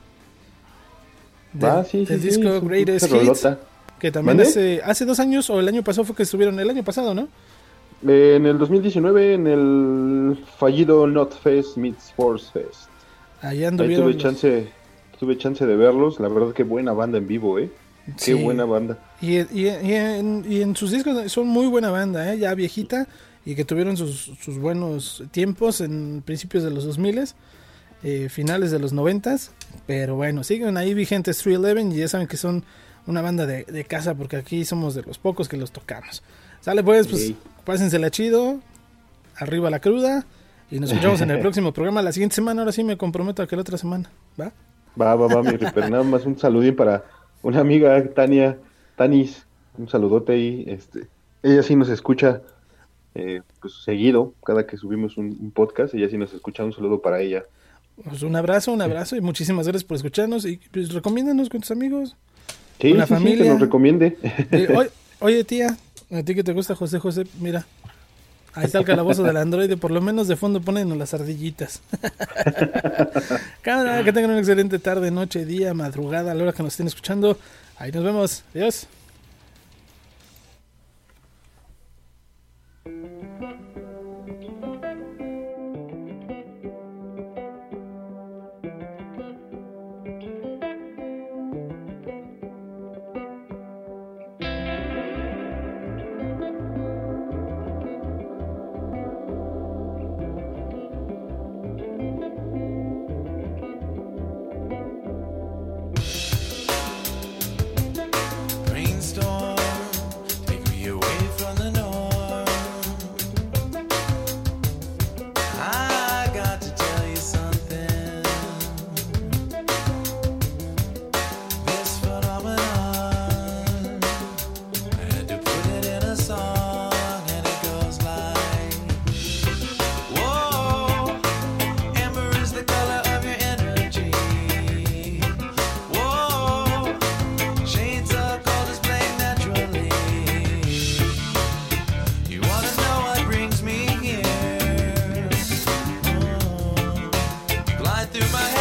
El disco Greatest Hits, que también hace 2 años, o el año pasado fue que estuvieron, el año pasado, ¿no? En el 2019, en el fallido Not Fest meets Force Fest. Ahí anduvieron. Tuve chance de verlos, la verdad que buena banda en vivo, Qué sí. Buena banda. Y en sus discos son muy buena banda, ya viejita, y que tuvieron sus buenos tiempos en principios de los 2000, finales de los 90, pero bueno, siguen ahí vigentes 311 y ya saben que son una banda de casa porque aquí somos de los pocos que los tocamos. Sale pues, pásensela chido, arriba la cruda, y nos escuchamos en el próximo programa la siguiente semana. Ahora sí me comprometo a que la otra semana, ¿va? Va, mi Ripper, nada más un saludín para una amiga, Tanis, un saludote ahí, ella sí nos escucha pues seguido, cada que subimos un podcast, ella sí nos escucha, un saludo para ella. Pues un abrazo y muchísimas gracias por escucharnos y pues recomiéndanos con tus amigos, sí, con la familia. que nos recomiende. Oye tía, a ti que te gusta José, mira, ahí está el calabozo del androide, por lo menos de fondo ponen las ardillitas. Cámara, que tengan una excelente tarde, noche, día, madrugada, a la hora que nos estén escuchando. Ahí nos vemos, adiós. Through my